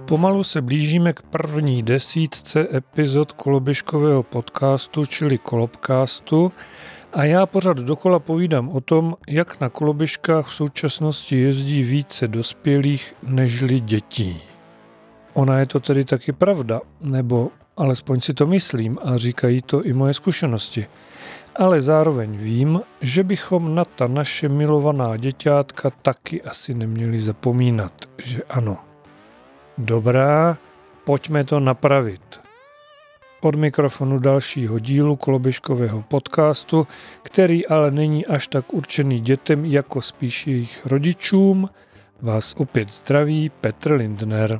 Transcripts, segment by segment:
Pomalu se blížíme k první 10 epizod koloběžkového podcastu, čili Kolobcastu, a já pořád dokola povídám o tom, jak na koloběžkách v současnosti jezdí více dospělých nežli dětí. Ona je to tedy taky pravda, nebo alespoň si to myslím a říkají to i moje zkušenosti. Ale zároveň vím, že bychom na ta naše milovaná děťátka taky asi neměli zapomínat, že ano. Dobrá, pojďme to napravit. Od mikrofonu dalšího dílu koloběžkového podcastu, který ale není až tak určený dětem jako spíš jejich rodičům, vás opět zdraví Petr Lindner.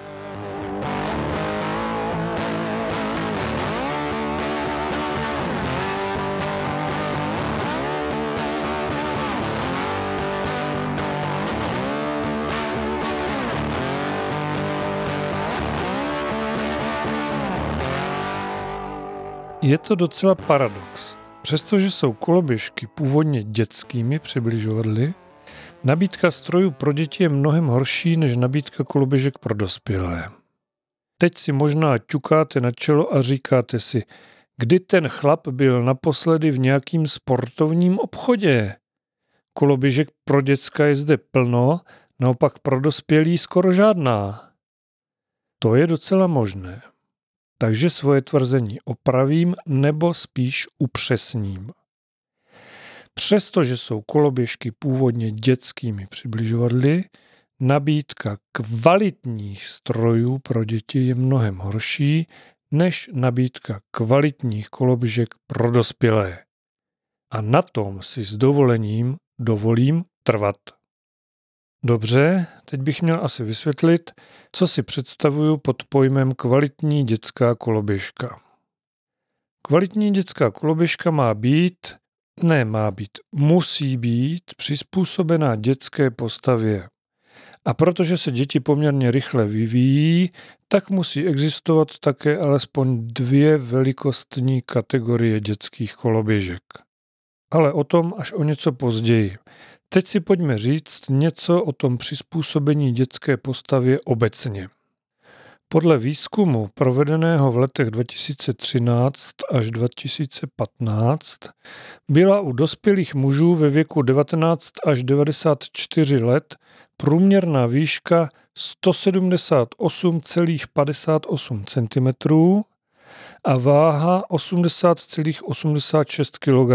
Je to docela paradox. Přestože jsou koloběžky původně dětskými přibližovadly, nabídka strojů pro děti je mnohem horší než nabídka koloběžek pro dospělé. Teď si možná ťukáte na čelo a říkáte si, kdy ten chlap byl naposledy v nějakým sportovním obchodě. Koloběžek pro děcka je zde plno, naopak pro dospělí skoro žádná. To je docela možné. Takže svoje tvrzení opravím nebo spíš upřesním. Přestože jsou koloběžky původně dětskými přibližovadly, nabídka kvalitních strojů pro děti je mnohem horší než nabídka kvalitních koloběžek pro dospělé. A na tom si s dovolením dovolím trvat. Dobře, teď bych měl asi vysvětlit, co si představuju pod pojmem kvalitní dětská koloběžka. Kvalitní dětská koloběžka musí být přizpůsobená dětské postavě. A protože se děti poměrně rychle vyvíjí, tak musí existovat také alespoň 2 velikostní kategorie dětských koloběžek. Ale o tom až o něco později. Teď si pojďme říct něco o tom přizpůsobení dětské postavě obecně. Podle výzkumu provedeného v letech 2013 až 2015 byla u dospělých mužů ve věku 19 až 94 let průměrná výška 178,58 cm a váha 80,86 kg.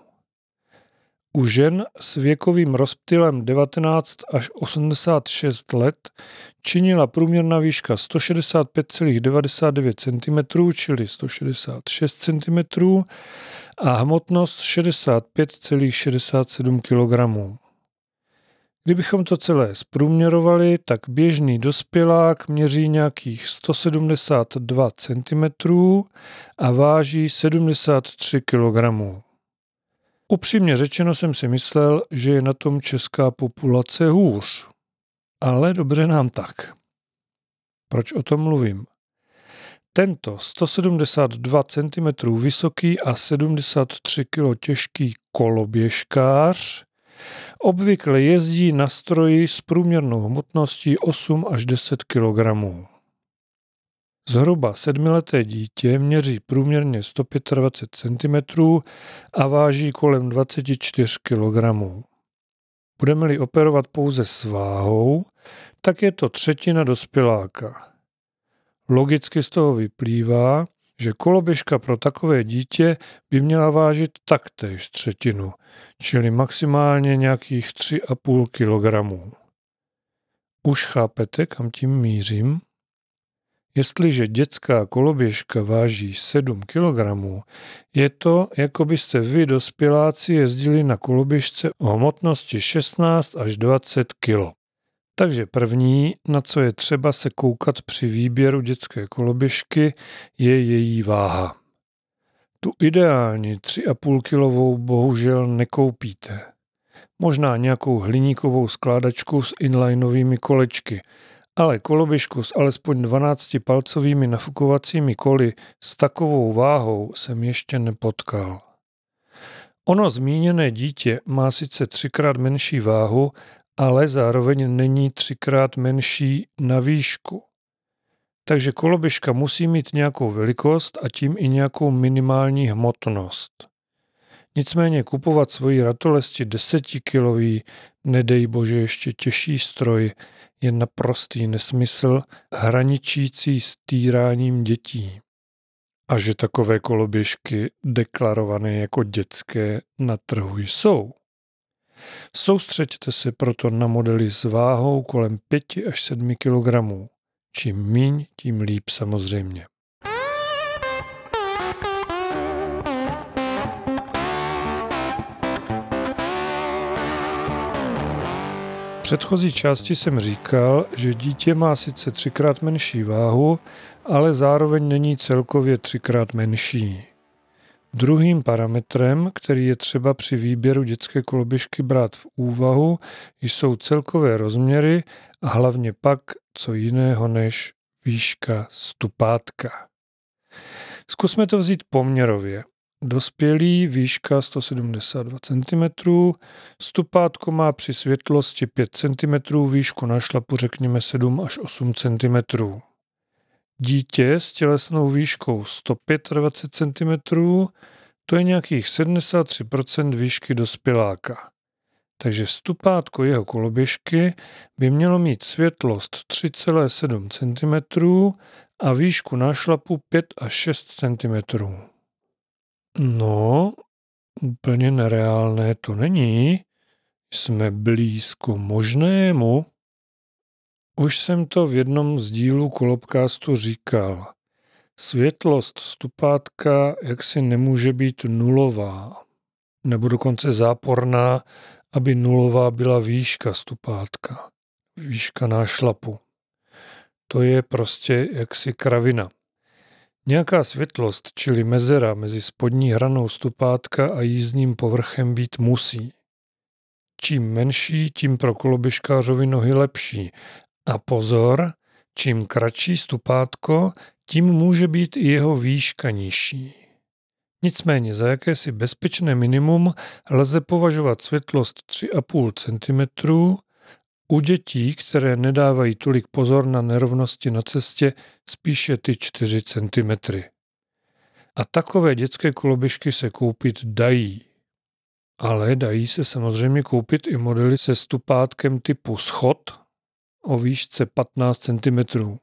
U žen s věkovým rozptylem 19 až 86 let činila průměrná výška 165,99 cm, čili 166 cm, a hmotnost 65,67 kg. Kdybychom to celé zprůměrovali, tak běžný dospělák měří nějakých 172 cm a váží 73 kg. Upřímně řečeno jsem si myslel, že je na tom česká populace hůř. Ale dobře nám tak. Proč o tom mluvím? Tento 172 cm vysoký a 73 kg těžký koloběžkář obvykle jezdí na stroji s průměrnou hmotností 8 až 10 kg. Zhruba 7leté dítě měří průměrně 125 cm a váží kolem 24 kg. Budeme-li operovat pouze s váhou, tak je to třetina dospěláka. Logicky z toho vyplývá, že koloběžka pro takové dítě by měla vážit taktéž třetinu, čili maximálně nějakých 3,5 kg. Už chápete, kam tím mířím? Jestliže dětská koloběžka váží 7 kg, je to, jako byste vy dospěláci jezdili na koloběžce o hmotnosti 16 až 20 kg. Takže první, na co je třeba se koukat při výběru dětské koloběžky, je její váha. Tu ideální 3,5 kg bohužel nekoupíte. Možná nějakou hliníkovou skládačku s inlineovými kolečky, ale koloběžku s alespoň 12-palcovými nafukovacími koly s takovou váhou jsem ještě nepotkal. Ono zmíněné dítě má sice 3x menší váhu, ale zároveň není 3x menší na výšku. Takže koloběžka musí mít nějakou velikost a tím i nějakou minimální hmotnost. Nicméně kupovat svoji ratolesti 10kilový, nedej bože ještě těžší stroj, je naprostý nesmysl, hraničící s týráním dětí. A že takové koloběžky deklarované jako dětské na trhu jsou. Soustřeďte se proto na modely s váhou kolem 5 až 7 kg. Čím míň, tím líp samozřejmě. V předchozí části jsem říkal, že dítě má sice 3x menší váhu, ale zároveň není celkově 3x menší. Druhým parametrem, který je třeba při výběru dětské koloběžky brát v úvahu, jsou celkové rozměry a hlavně pak co jiného než výška stupátka. Zkusme to vzít poměrově. Dospělý výška 172 cm, stupátko má při světlosti 5 cm, výšku na šlapu řekněme 7 až 8 cm. Dítě s tělesnou výškou 125 cm, to je nějakých 73% výšky dospěláka. Takže stupátko jeho koloběžky by mělo mít světlost 3,7 cm a výšku nášlapu 5 až 6 cm. No, úplně nereálné to není. Jsme blízko možnému. Už jsem to v jednom z dílů Kolobcastu říkal. Světlost stupátka jaksi nemůže být nulová, nebo dokonce záporná, aby nulová byla výška stupátka, výška nášlapu. To je prostě jaksi kravina. Nějaká světlost, čili mezera mezi spodní hranou stupátka a jízdním povrchem být musí. Čím menší, tím pro koloběžkářovi nohy lepší. A pozor, čím kratší stupátko, tím může být i jeho výška nižší. Nicméně za jakési bezpečné minimum lze považovat světlost 3,5 cm, u dětí, které nedávají tolik pozor na nerovnosti na cestě, spíše ty 4 cm. A takové dětské koloběžky se koupit dají. Ale dají se samozřejmě koupit i modely se stupátkem typu schod o výšce 15 cm.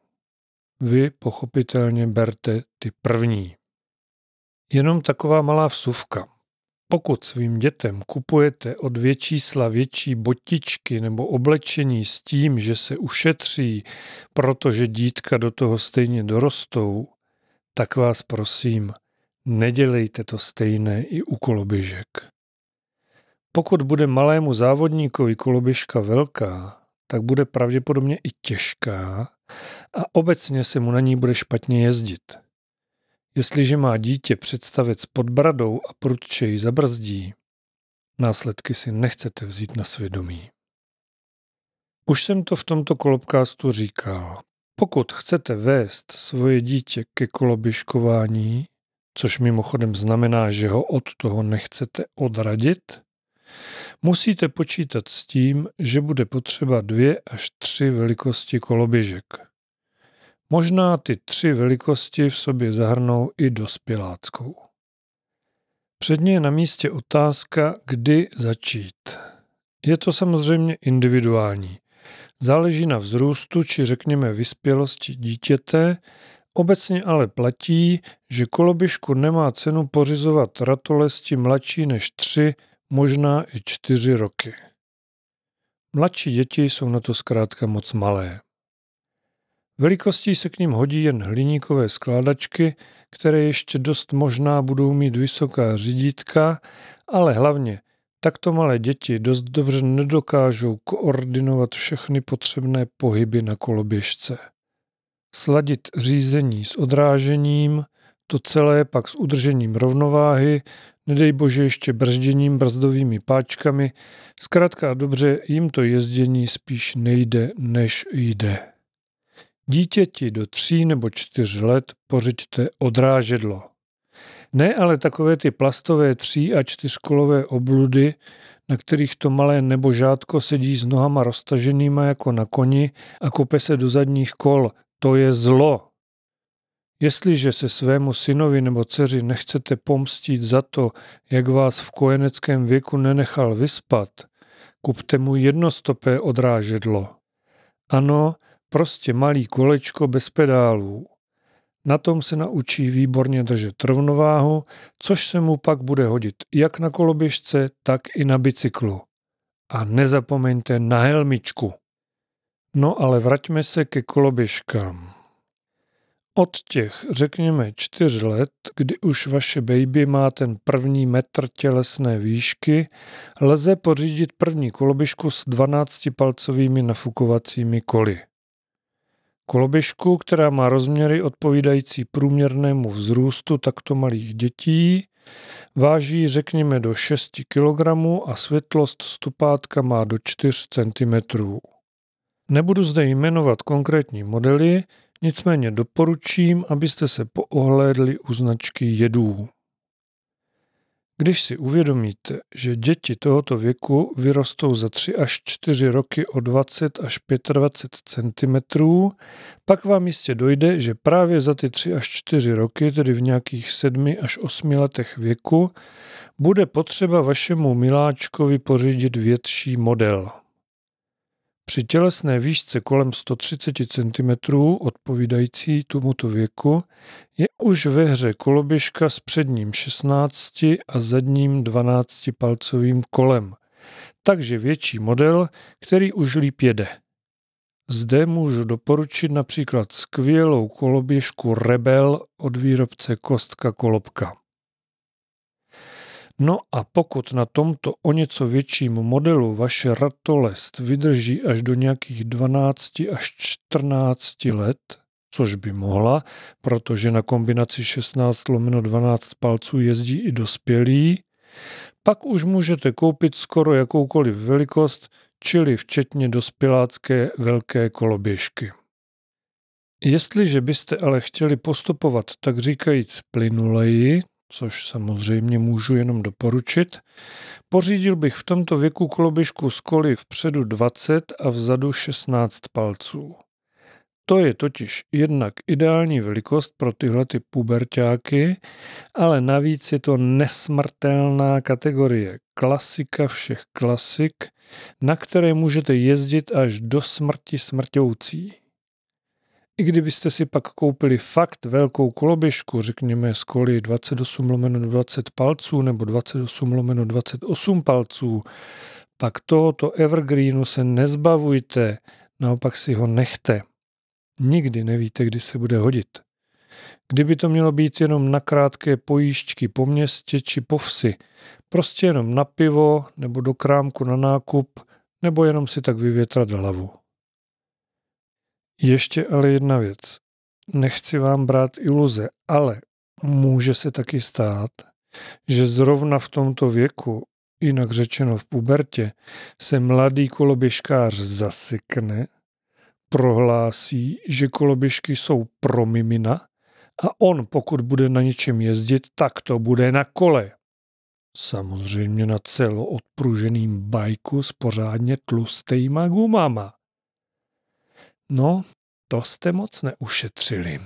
Vy pochopitelně berte ty první. Jenom taková malá vsuvka. Pokud svým dětem kupujete o 2 čísla větší botičky nebo oblečení s tím, že se ušetří, protože dítka do toho stejně dorostou, tak vás prosím, nedělejte to stejné i u koloběžek. Pokud bude malému závodníkovi koloběžka velká, tak bude pravděpodobně i těžká a obecně se mu na ní bude špatně jezdit. Jestliže má dítě představec pod bradou a prudce ji zabrzdí, následky si nechcete vzít na svědomí. Už jsem to v tomto kolobcastu říkal. Pokud chcete vést svoje dítě ke koloběžkování, což mimochodem znamená, že ho od toho nechcete odradit, musíte počítat s tím, že bude potřeba 2 až 3 velikosti koloběžek. Možná ty 3 velikosti v sobě zahrnou i dospěláckou. Předně je na místě otázka, kdy začít. Je to samozřejmě individuální. Záleží na vzrůstu či řekněme vyspělosti dítěte, obecně ale platí, že koloběžku nemá cenu pořizovat ratolesti mladší než 3, možná i 4 roky. Mladší děti jsou na to zkrátka moc malé. Velikostí se k ním hodí jen hliníkové skládačky, které ještě dost možná budou mít vysoká řídítka, ale hlavně takto malé děti dost dobře nedokážou koordinovat všechny potřebné pohyby na koloběžce. Sladit řízení s odrážením, to celé pak s udržením rovnováhy, nedej bože ještě brzděním brzdovými páčkami, zkrátka a dobře jim to jezdění spíš nejde, než jde. Dítěti do 3 nebo 4 let pořiďte odrážedlo. Ne ale takové ty plastové 3 a 4kolové obludy, na kterých to malé nebožátko sedí s nohama roztaženýma jako na koni a kope se do zadních kol. To je zlo. Jestliže se svému synovi nebo dceři nechcete pomstít za to, jak vás v kojeneckém věku nenechal vyspat, kupte mu jednostopé odrážedlo. Ano, prostě malý kolečko bez pedálů. Na tom se naučí výborně držet rovnováhu, což se mu pak bude hodit jak na koloběžce, tak i na bicyklu. A nezapomeňte na helmičku. No ale vraťme se ke koloběžkám. Od těch, řekněme, 4 let, kdy už vaše baby má ten první metr tělesné výšky, lze pořídit první koloběžku s 12-palcovými nafukovacími koly. Koloběžku, která má rozměry odpovídající průměrnému vzrůstu takto malých dětí, váží řekněme do 6 kg a světlost stupátka má do 4 cm. Nebudu zde jmenovat konkrétní modely, nicméně doporučím, abyste se poohlédli u značky jedů. Když si uvědomíte, že děti tohoto věku vyrostou za 3 až 4 roky o 20 až 25 cm, pak vám jistě dojde, že právě za ty 3 až 4 roky, tedy v nějakých 7 až 8 letech věku, bude potřeba vašemu miláčkovi pořídit větší model. Při tělesné výšce kolem 130 cm, odpovídající tomuto věku, je už ve hře koloběžka s předním 16 a zadním 12-palcovým kolem, takže větší model, který už líp jede. Zde můžu doporučit například skvělou koloběžku Rebel od výrobce Kostka Kolobka. No a pokud na tomto o něco větším modelu vaše ratolest vydrží až do nějakých 12 až 14 let, což by mohla, protože na kombinaci 16x12 palců jezdí i dospělí, pak už můžete koupit skoro jakoukoliv velikost, čili včetně dospělácké velké koloběžky. Jestliže byste ale chtěli postupovat tak říkajíc plynuleji, což samozřejmě můžu jenom doporučit, pořídil bych v tomto věku koloběžku s koly vpředu 20 a vzadu 16 palců. To je totiž jednak ideální velikost pro tyhle ty puberťáky, ale navíc je to nesmrtelná kategorie, klasika všech klasik, na které můžete jezdit až do smrti smrťoucí. I kdybyste si pak koupili fakt velkou koloběžku, řekněme s koly 28x20 palců nebo 28x28 palců, pak tohoto evergreenu se nezbavujte, naopak si ho nechte. Nikdy nevíte, kdy se bude hodit. Kdyby to mělo být jenom na krátké pojížďky po městě či po vsi, prostě jenom na pivo nebo do krámku na nákup, nebo jenom si tak vyvětrat hlavu. Ještě ale jedna věc. Nechci vám brát iluze, ale může se taky stát, že zrovna v tomto věku, jinak řečeno v pubertě, se mladý koloběžkář zasekne, prohlásí, že koloběžky jsou pro mimina a on, pokud bude na něčem jezdit, tak to bude na kole. Samozřejmě na celoodpruženým bajku s pořádně tlustejma gumama. No, to jste moc neušetřili.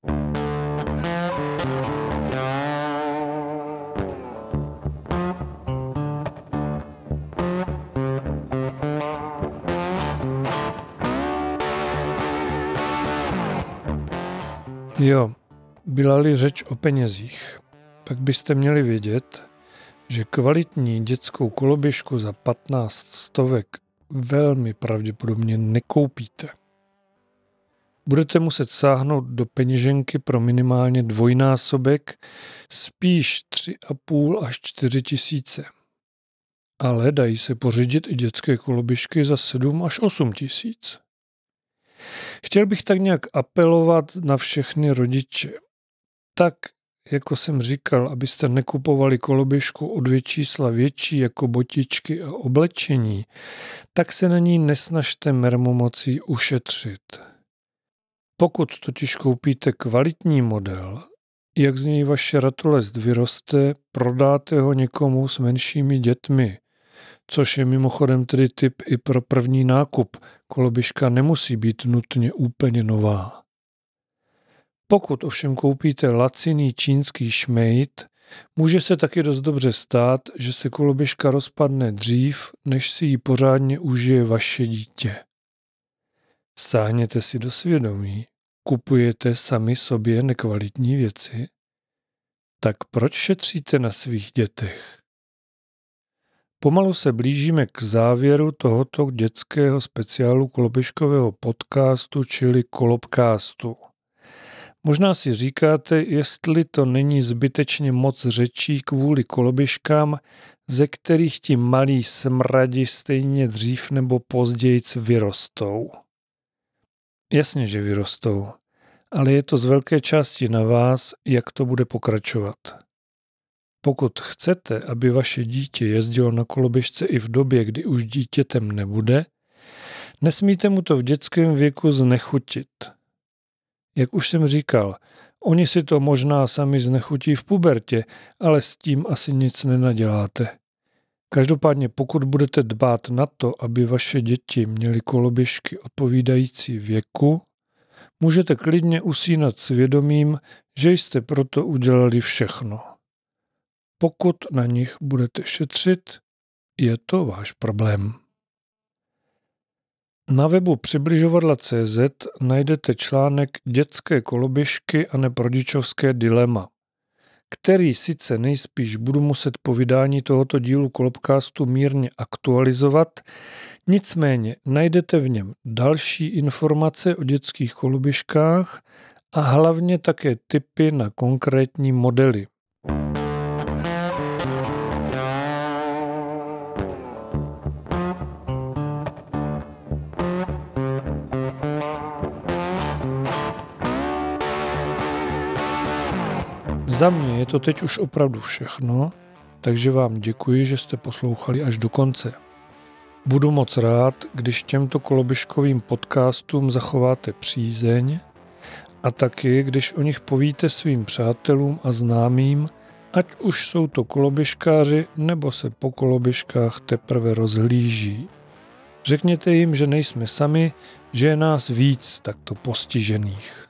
Jo, byla-li řeč o penězích, pak byste měli vědět, že kvalitní dětskou koloběžku za 15 stovek velmi pravděpodobně nekoupíte. Budete muset sáhnout do peněženky pro minimálně dvojnásobek, spíš 3,5 až 4 tisíce. Ale dají se pořídit i dětské koloběžky za 7 až 8 tisíc. Chtěl bych tak nějak apelovat na všechny rodiče. Tak, jako jsem říkal, abyste nekupovali koloběžku o 2 čísla větší jako botičky a oblečení, tak se na ní nesnažte mermomocí ušetřit. Pokud totiž koupíte kvalitní model, jak z něj vaše ratolest vyroste, prodáte ho někomu s menšími dětmi, což je mimochodem tedy tip i pro první nákup. Koloběžka nemusí být nutně úplně nová. Pokud ovšem koupíte laciný čínský šmejd, může se taky dost dobře stát, že se koloběžka rozpadne dřív, než si ji pořádně užije vaše dítě. Sáhněte si do svědomí, kupujete sami sobě nekvalitní věci? Tak proč šetříte na svých dětech? Pomalu se blížíme k závěru tohoto dětského speciálu koloběžkového podcastu, čili Kolobcastu. Možná si říkáte, jestli to není zbytečně moc řečí kvůli koloběžkám, ze kterých ti malí smradi stejně dřív nebo později vyrostou. Jasně, že vyrostou, ale je to z velké části na vás, jak to bude pokračovat. Pokud chcete, aby vaše dítě jezdilo na koloběžce i v době, kdy už dítětem nebude, nesmíte mu to v dětském věku znechutit. Jak už jsem říkal, oni si to možná sami znechutí v pubertě, ale s tím asi nic nenaděláte. Každopádně pokud budete dbát na to, aby vaše děti měly koloběžky odpovídající věku, můžete klidně usínat s vědomím, že jste proto udělali všechno. Pokud na nich budete šetřit, je to váš problém. Na webu přibližovadla.cz najdete článek Dětské koloběžky a rodičovské dilema, který sice nejspíš budu muset po vydání tohoto dílu Kolobcastu mírně aktualizovat, nicméně najdete v něm další informace o dětských koloběžkách a hlavně také tipy na konkrétní modely. Za mě je to teď už opravdu všechno, takže vám děkuji, že jste poslouchali až do konce. Budu moc rád, když těmto koloběžkovým podcastům zachováte přízeň a taky, když o nich povíte svým přátelům a známým, ať už jsou to koloběžkáři nebo se po koloběžkách teprve rozhlíží. Řekněte jim, že nejsme sami, že je nás víc takto postižených.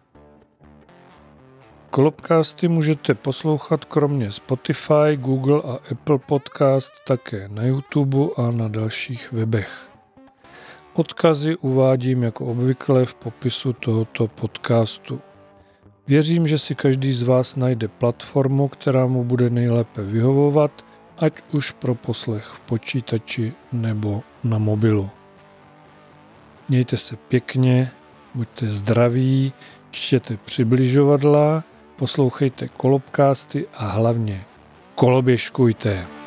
Kolobcasty můžete poslouchat kromě Spotify, Google a Apple Podcast také na YouTube a na dalších webech. Odkazy uvádím jako obvykle v popisu tohoto podcastu. Věřím, že si každý z vás najde platformu, která mu bude nejlépe vyhovovat, ať už pro poslech v počítači nebo na mobilu. Mějte se pěkně, buďte zdraví, čtěte přibližovadla, poslouchejte kolobcasty a hlavně koloběžkujte.